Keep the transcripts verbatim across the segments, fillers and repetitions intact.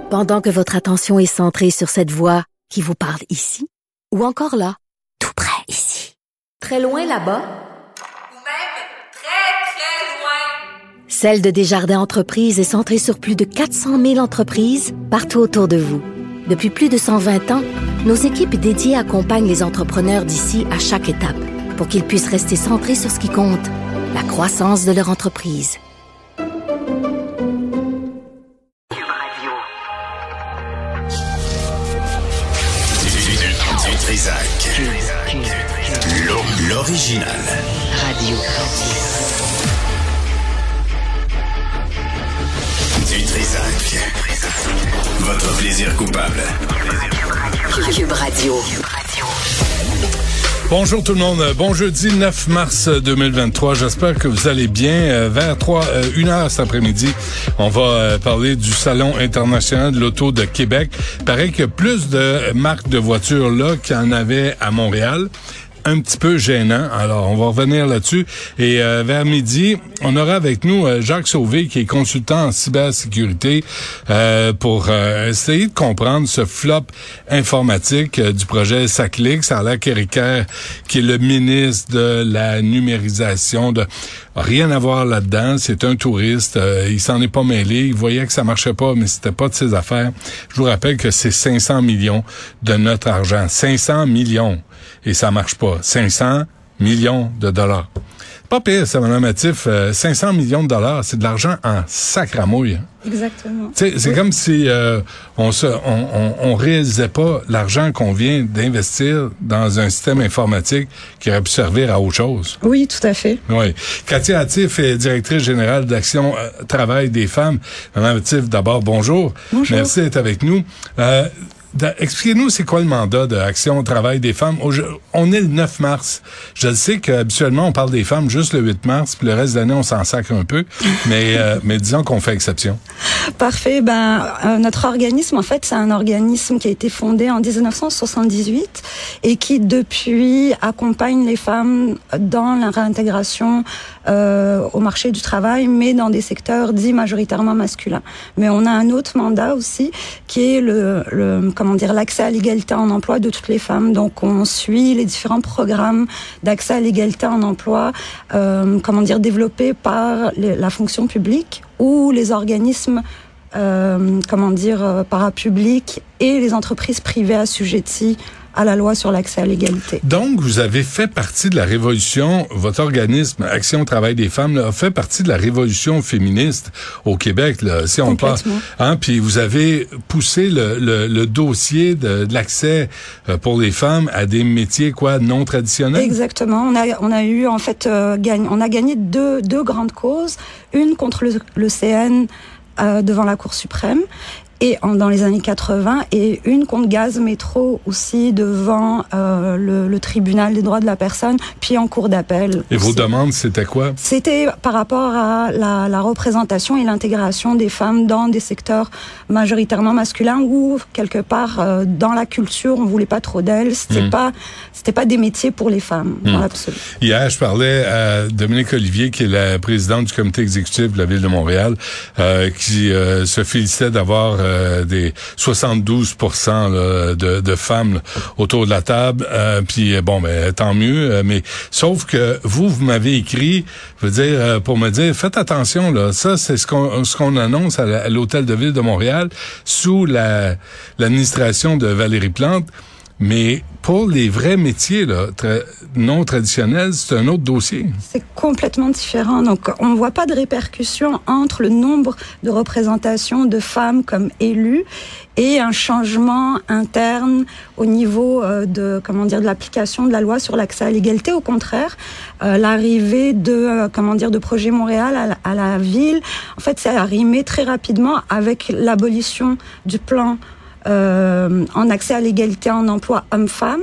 Pendant que votre attention est centrée sur cette voix qui vous parle ici, ou encore là, tout près ici, très loin là-bas, ou même très, très loin, Celle de Desjardins Entreprises est centrée sur plus de quatre cent mille entreprises partout autour de vous. Depuis plus de cent vingt ans, nos équipes dédiées accompagnent les entrepreneurs d'ici à chaque étape pour qu'ils puissent rester centrés sur ce qui compte, la croissance de leur entreprise. Trisac. L'original. Radio. Du Trisac. Votre plaisir coupable. Cube Radio. Bonjour tout le monde. Bon jeudi neuf mars deux mille vingt-trois. J'espère que vous allez bien. Vers trois, une heure cet après-midi, on va parler du Salon international de l'auto de Québec. Il paraît qu'il y a plus de marques de voitures là qu'il y en avait à Montréal. Un petit peu gênant. Alors, on va revenir là-dessus. Et euh, vers midi, on aura avec nous euh, Jacques Sauvé, qui est consultant en cybersécurité, euh, pour euh, essayer de comprendre ce flop informatique euh, du projet SACLIC. Ça a l'air qu'Éric Kerr, qui est le ministre de la numérisation, de rien à voir là-dedans. C'est un touriste. Euh, il s'en est pas mêlé. Il voyait que ça marchait pas, mais c'était pas de ses affaires. Je vous rappelle que c'est cinq cents millions de notre argent. cinq cents millions. Et ça marche pas. cinq cents millions de dollars. Pas pire, ça, Mme Matif. Euh, cinq cents millions de dollars, c'est de l'argent en sacramouille. Exactement. T'sais, c'est oui. Comme si euh, on se, on, on, on réalisait pas l'argent qu'on vient d'investir dans un système informatique qui aurait pu servir à autre chose. Oui, tout à fait. Oui. Katia Hatif est directrice générale d'Action euh, Travail des femmes. Mme Hatif, d'abord, bonjour. Bonjour. Merci d'être avec nous. Euh, Expliquez-nous, c'est quoi le mandat de Action Travail des femmes? On est le neuf mars. Je sais qu'habituellement, on parle des femmes juste le huit mars, puis le reste de l'année, on s'en sacre un peu. Mais, euh, mais disons qu'on fait exception. Parfait. Ben, euh, notre organisme, en fait, c'est un organisme qui a été fondé en dix-neuf cent soixante-dix-huit et qui, depuis, accompagne les femmes dans la réintégration euh, au marché du travail, mais dans des secteurs dits majoritairement masculins. Mais on a un autre mandat aussi, qui est le, le comment dire, l'accès à l'égalité en emploi de toutes les femmes. Donc, on suit les différents programmes d'accès à l'égalité en emploi, euh, comment dire, développés par les, la fonction publique ou les organismes, euh, comment dire, euh, parapublics et les entreprises privées assujetties à la loi sur l'accès à l'égalité. Donc, vous avez fait partie de la révolution, votre organisme Action Travail des femmes là, a fait partie de la révolution féministe au Québec, là, si on parle. Hein, puis vous avez poussé le, le, le dossier de, de l'accès euh, pour les femmes à des métiers quoi non traditionnels. Exactement. On a on a eu en fait euh, gagne, on a gagné deux deux grandes causes, une contre le, le C N euh, devant la Cour suprême. Et en, dans les années quatre-vingts, et une contre Gaz Métro aussi devant euh, le, le tribunal des droits de la personne, puis en cour d'appel. Et aussi. Vos demandes, c'était quoi? C'était par rapport à la, la représentation et l'intégration des femmes dans des secteurs majoritairement masculins ou quelque part euh, dans la culture, on voulait pas trop d'elles. C'était mmh. pas, c'était pas des métiers pour les femmes, mmh. dans l'absolu. Hier, je parlais à Dominique Olivier, qui est la présidente du comité exécutif de la Ville de Montréal, euh, qui euh, se félicitait d'avoir Euh, des soixante-douze pour cent là, de, de femmes là, autour de la table. Euh, puis bon, ben tant mieux. Euh, mais sauf que vous, vous m'avez écrit, je veux dire, euh, pour me dire, faites attention là. Ça, c'est ce qu'on ce qu'on annonce à, la, à l'hôtel de ville de Montréal sous la l'administration de Valérie Plante. Mais pour les vrais métiers là, tra- non traditionnels, c'est un autre dossier. C'est complètement différent. Donc, on ne voit pas de répercussions entre le nombre de représentations de femmes comme élues et un changement interne au niveau euh, de comment dire de l'application de la loi sur l'accès à l'égalité. Au contraire, euh, l'arrivée de euh, comment dire de Projet Montréal à la, à la ville, en fait, c'est arrimé très rapidement avec l'abolition du plan Euh, en accès à l'égalité en emploi homme-femme,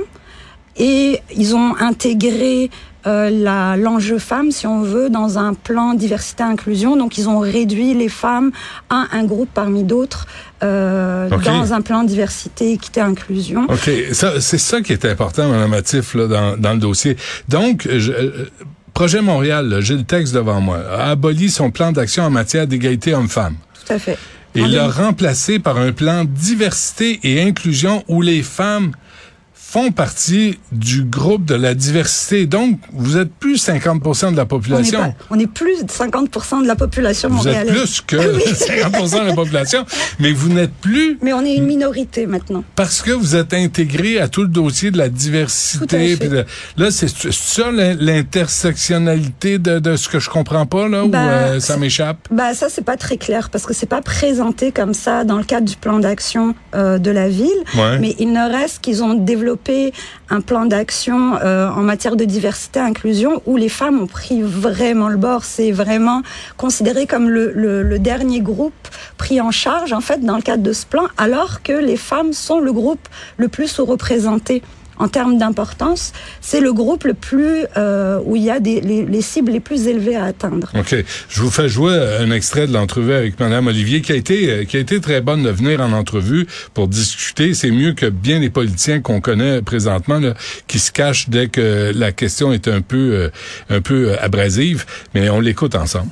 et ils ont intégré euh, la, l'enjeu femme, si on veut, dans un plan diversité-inclusion. Donc, ils ont réduit les femmes à un groupe parmi d'autres euh, okay. dans un plan diversité, équité, inclusion. OK. Ça, c'est ça qui est important, Mme Matif, là, dans, dans le dossier. Donc, je... Euh, Projet Montréal, là, j'ai le texte devant moi, a aboli son plan d'action en matière d'égalité homme-femme. Tout à fait. et le remplacer par un plan diversité et inclusion où les femmes font partie du groupe de la diversité. Donc, vous êtes plus cinquante pour cent de la population. On est, pas, on est plus de cinquante pour cent de la population vous montréalaise. Vous êtes plus que oui. cinquante pour cent de la population, mais vous n'êtes plus... Mais on est une minorité maintenant. Parce que vous êtes intégré à tout le dossier de la diversité. Puis de, là, c'est ça l'intersectionnalité de, de ce que je comprends pas, là, bah, ou euh, ça m'échappe? Bah, ça, c'est pas très clair, parce que c'est pas présenté comme ça dans le cadre du plan d'action euh, de la ville. Ouais. Mais il ne reste qu'ils ont développé un plan d'action euh, en matière de diversité et inclusion où les femmes ont pris vraiment le bord. C'est vraiment considéré comme le, le, le dernier groupe pris en charge, en fait, dans le cadre de ce plan, alors que les femmes sont le groupe le plus sous-représenté. En termes d'importance, c'est le groupe le plus euh, où il y a des, les, les cibles les plus élevées à atteindre. OK. Je vous fais jouer un extrait de l'entrevue avec Mme Olivier qui a été qui a été très bonne de venir en entrevue pour discuter. C'est mieux que bien les politiciens qu'on connaît présentement là, qui se cachent dès que la question est un peu euh, un peu abrasive. Mais on l'écoute ensemble.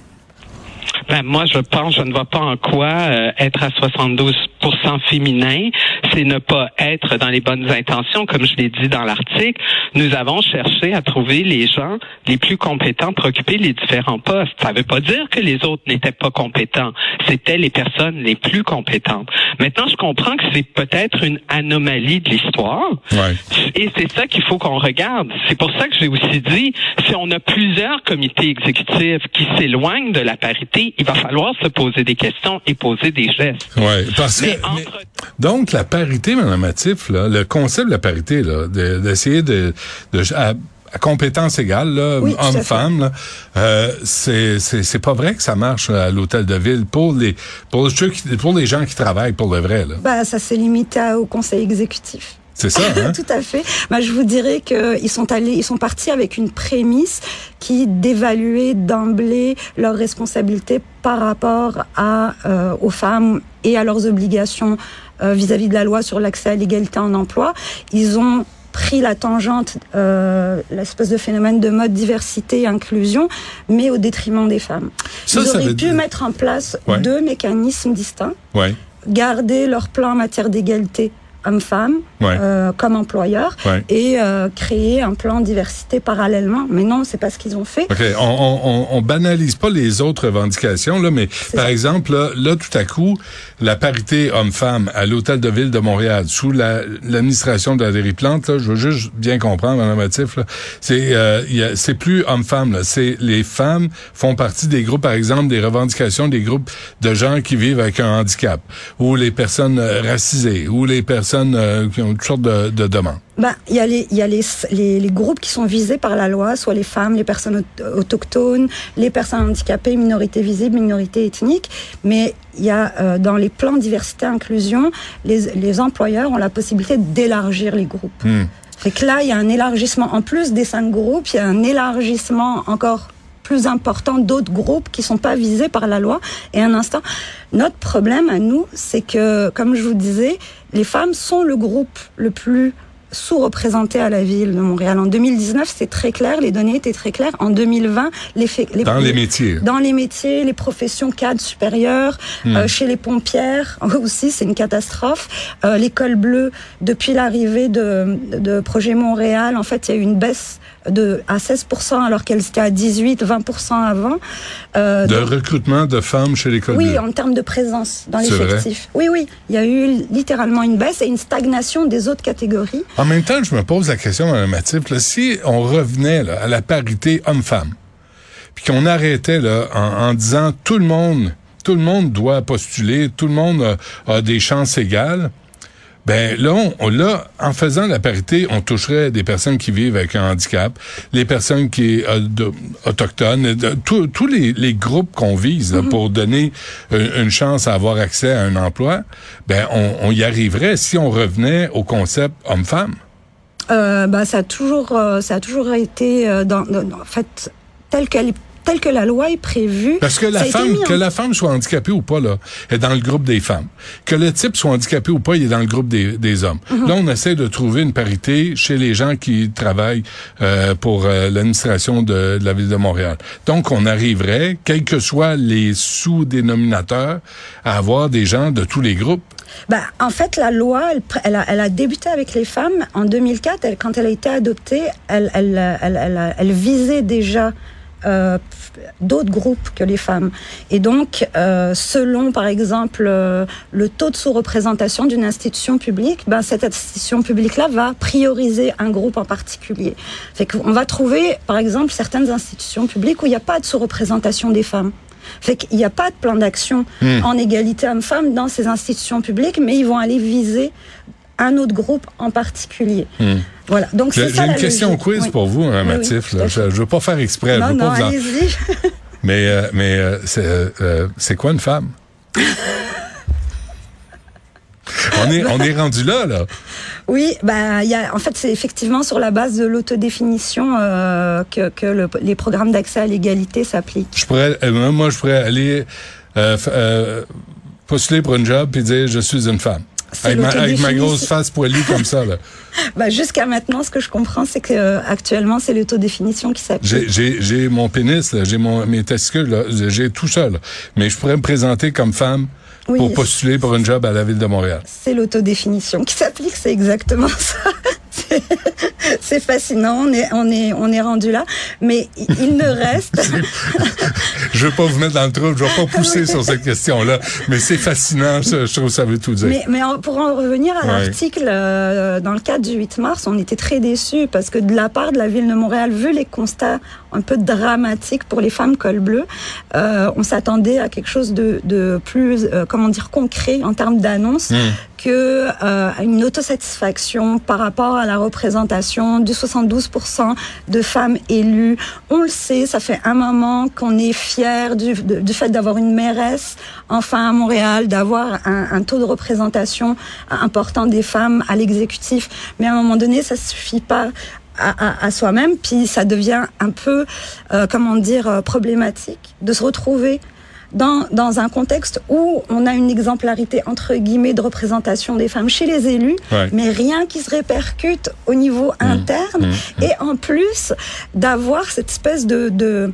Ben, moi, je pense, je ne vois pas en quoi euh, être à soixante-douze pour cent féminin, c'est ne pas être dans les bonnes intentions, comme je l'ai dit dans l'article. Nous avons cherché à trouver les gens les plus compétents pour occuper les différents postes. Ça ne veut pas dire que les autres n'étaient pas compétents. C'était les personnes les plus compétentes. Maintenant, je comprends que c'est peut-être une anomalie de l'histoire. Ouais. Et c'est ça qu'il faut qu'on regarde. C'est pour ça que j'ai aussi dit, si on a plusieurs comités exécutifs qui s'éloignent de la parité, il va falloir se poser des questions et poser des gestes. Ouais, parce que entre... mais, donc la parité, Mme Matif, là, le concept de la parité, là, de, d'essayer de, de à, à compétence égale, là, oui, homme-femme, là, euh, c'est, c'est c'est pas vrai que ça marche à l'hôtel de ville pour les pour ceux qui, pour les gens qui travaillent pour le vrai, là. Bah, ça s'est limité au conseil exécutif. C'est ça, hein? Tout à fait. Bah, je vous dirais que ils sont allés, ils sont partis avec une prémisse qui d'évaluer d'emblée leurs responsabilités par rapport à euh, aux femmes et à leurs obligations euh, vis-à-vis de la loi sur l'accès à l'égalité en emploi. Ils ont pris la tangente, euh, l'espèce de phénomène de mode diversité et inclusion, mais au détriment des femmes. Ça, Ils ça auraient veut pu dire... mettre en place ouais. deux mécanismes distincts. Ouais. Garder leur plan en matière d'égalité hommes-femmes ouais. euh, comme employeurs ouais. et euh, créer un plan diversité parallèlement. Mais non, c'est pas ce qu'ils ont fait. OK. On, on, on banalise pas les autres revendications, là, mais c'est par ça. exemple, là, là, tout à coup, la parité homme-femme à l'Hôtel de Ville de Montréal, sous la, l'administration de Valérie Plante, là, je veux juste bien comprendre, Mme Matif, là, c'est, euh, y a, c'est plus homme-femme, là. C'est les femmes font partie des groupes, par exemple, des revendications des groupes de gens qui vivent avec un handicap, ou les personnes racisées, ou les personnes Euh, qui ont toutes sortes de, de demandes. Ben, il y a les, il y a les, les, les groupes qui sont visés par la loi, soit les femmes, les personnes autochtones, les personnes handicapées, minorités visibles, minorités ethniques. Mais il y a, euh, dans les plans diversité inclusion, les, les employeurs ont la possibilité d'élargir les groupes. Mmh. Fait que là, il y a un élargissement, en plus des cinq groupes, il y a un élargissement encore plus important d'autres groupes qui sont pas visés par la loi. Et un instant, notre problème à nous, c'est que, comme je vous disais, les femmes sont le groupe le plus sous-représenté à la ville de Montréal. En deux mille dix-neuf, c'est très clair, les données étaient très claires. En deux mille vingt, les, les dans les métiers, dans les métiers, les professions cadres supérieures, mmh. euh, chez les pompières aussi, c'est une catastrophe. Euh, l'école bleue, depuis l'arrivée de, de Projet Montréal, en fait, il y a eu une baisse de à seize pour cent alors qu'elles étaient à dix-huit, vingt pour cent avant. Euh, de donc, recrutement de femmes chez l'école oui, bleue. Oui, en termes de présence dans c'est l'effectif. Vrai? Oui, oui, il y a eu littéralement une baisse et une stagnation des autres catégories. En même temps, je me pose la question, Mme Matif, là, si on revenait là, à la parité homme-femme, puis qu'on arrêtait là en, en disant tout le monde, tout le monde doit postuler, tout le monde a, a des chances égales. Ben là, on, là, en faisant la parité, on toucherait des personnes qui vivent avec un handicap, les personnes qui euh, de, autochtones, tous les, les groupes qu'on vise là, mm-hmm. pour donner une, une chance à avoir accès à un emploi. Ben on, on y arriverait si on revenait au concept homme-femme. Euh, ben ça a toujours, euh, ça a toujours été euh, dans, dans, en fait tel qu'elle tel que la loi est prévue. Parce que la ça a été femme, mis en- que la femme soit handicapée ou pas, là, est dans le groupe des femmes. Que le type soit handicapé ou pas, il est dans le groupe des, des hommes. Mm-hmm. Là, on essaie de trouver une parité chez les gens qui travaillent euh, pour euh, l'administration de, de la Ville de Montréal. Donc, on arriverait, quels que soient les sous-dénominateurs, à avoir des gens de tous les groupes. Ben, en fait, la loi, elle, pr- elle, a, elle a débuté avec les femmes en deux mille quatre. Elle, quand elle a été adoptée, elle, elle, elle, elle, a- elle visait déjà euh, d'autres groupes que les femmes. Et donc, euh, selon, par exemple, euh, le taux de sous-représentation d'une institution publique, ben, cette institution publique-là va prioriser un groupe en particulier. Fait qu'on va trouver, par exemple, certaines institutions publiques où il n'y a pas de sous-représentation des femmes. Fait qu'il n'y a pas de plan d'action mmh. en égalité homme-femme dans ces institutions publiques, mais ils vont aller viser un autre groupe en particulier. Mmh. Voilà. Donc c'est J'ai ça une la question logique. quiz oui. pour vous, hein, oui, Mathif. Oui, là. Je ne veux pas faire exprès. Non, je veux non, pas vous en... allez-y. Mais, euh, mais euh, c'est, euh, c'est quoi une femme? on est, on est rendu là, là. Oui, bah, il y a, en fait, c'est effectivement sur la base de l'autodéfinition euh, que, que le, les programmes d'accès à l'égalité s'appliquent. Je pourrais, euh, moi, je pourrais aller euh, euh, postuler pour une job puis dire je suis une femme. Avec ma, avec ma grosse face poilue comme ça, là. Bah, jusqu'à maintenant, ce que je comprends, c'est que euh, actuellement, c'est l'autodéfinition qui s'applique. J'ai, j'ai, j'ai mon pénis, là, j'ai mon, mes testicules, là, j'ai tout ça, là. Mais je pourrais me présenter comme femme. Oui, pour postuler pour un job à la Ville de Montréal. C'est l'autodéfinition qui s'applique, c'est exactement ça. C'est, c'est fascinant, on est, on est, on est rendu là. Mais il ne reste... Je veux pas vous mettre dans le trou, je vais pas pousser sur cette question-là, mais c'est fascinant, ça, je trouve que ça veut tout dire. Mais, mais en, pour en revenir à ouais. l'article, euh, dans le cadre du huit mars, on était très déçus parce que de la part de la Ville de Montréal, vu les constats un peu dramatiques pour les femmes col bleu, euh, on s'attendait à quelque chose de, de plus, euh, comment dire, concret en termes d'annonce. Mmh. que euh, une autosatisfaction par rapport à la représentation du soixante-douze pour cent de femmes élues. On le sait, ça fait un moment qu'on est fiers du, de, du fait d'avoir une mairesse enfin à Montréal, d'avoir un, un taux de représentation important des femmes à l'exécutif. Mais à un moment donné, ça suffit pas à, à, à soi-même, puis ça devient un peu, euh, comment dire, problématique de se retrouver Dans, dans un contexte où on a une exemplarité, entre guillemets, de représentation des femmes chez les élus, ouais. mais rien qui se répercute au niveau mmh. interne. Mmh. Et en plus, d'avoir cette espèce de... de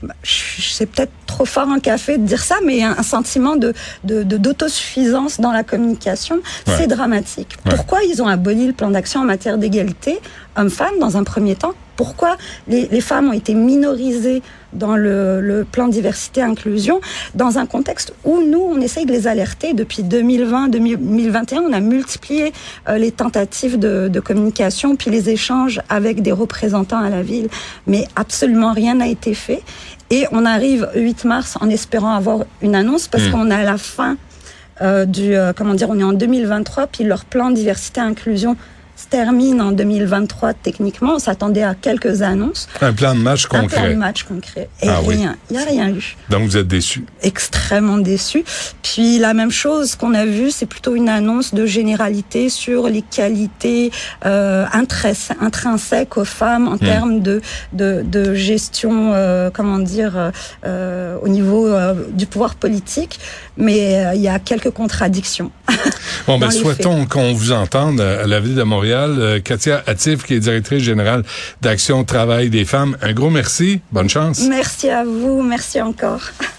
c'est peut-être trop fort en café de dire ça, mais un, un sentiment de, de, de, d'autosuffisance dans la communication, ouais. c'est dramatique. Ouais. Pourquoi ils ont aboli le plan d'action en matière d'égalité hommes-femmes dans un premier temps? Pourquoi les, les femmes ont été minorisées dans le, le plan diversité-inclusion dans un contexte où nous, on essaye de les alerter depuis deux mille vingt, deux mille vingt et un, on a multiplié euh, les tentatives de, de communication puis les échanges avec des représentants à la ville, mais absolument rien n'a été fait. Et on arrive au huit mars en espérant avoir une annonce parce mmh. qu'on est à la fin euh, du, euh, comment dire, on est en deux mille vingt-trois, puis leur plan diversité-inclusion se termine en deux mille vingt-trois techniquement. On s'attendait à quelques annonces. Un plan de match concret. Un plan de match concret. Et ah, rien. Il oui. n'y a rien eu. Donc vous êtes déçus. Extrêmement déçus. Puis la même chose qu'on a vu, c'est plutôt une annonce de généralité sur les qualités euh, intrinsèques aux femmes en mmh. termes de, de, de gestion, euh, comment dire, euh, au niveau euh, du pouvoir politique. Mais il euh, y a quelques contradictions. Bon, ben souhaitons faits. qu'on vous entende à la Ville de Montréal. Euh, Katia Hatif, qui est directrice générale d'Action Travail des femmes. Un gros merci. Bonne chance. Merci à vous. Merci encore.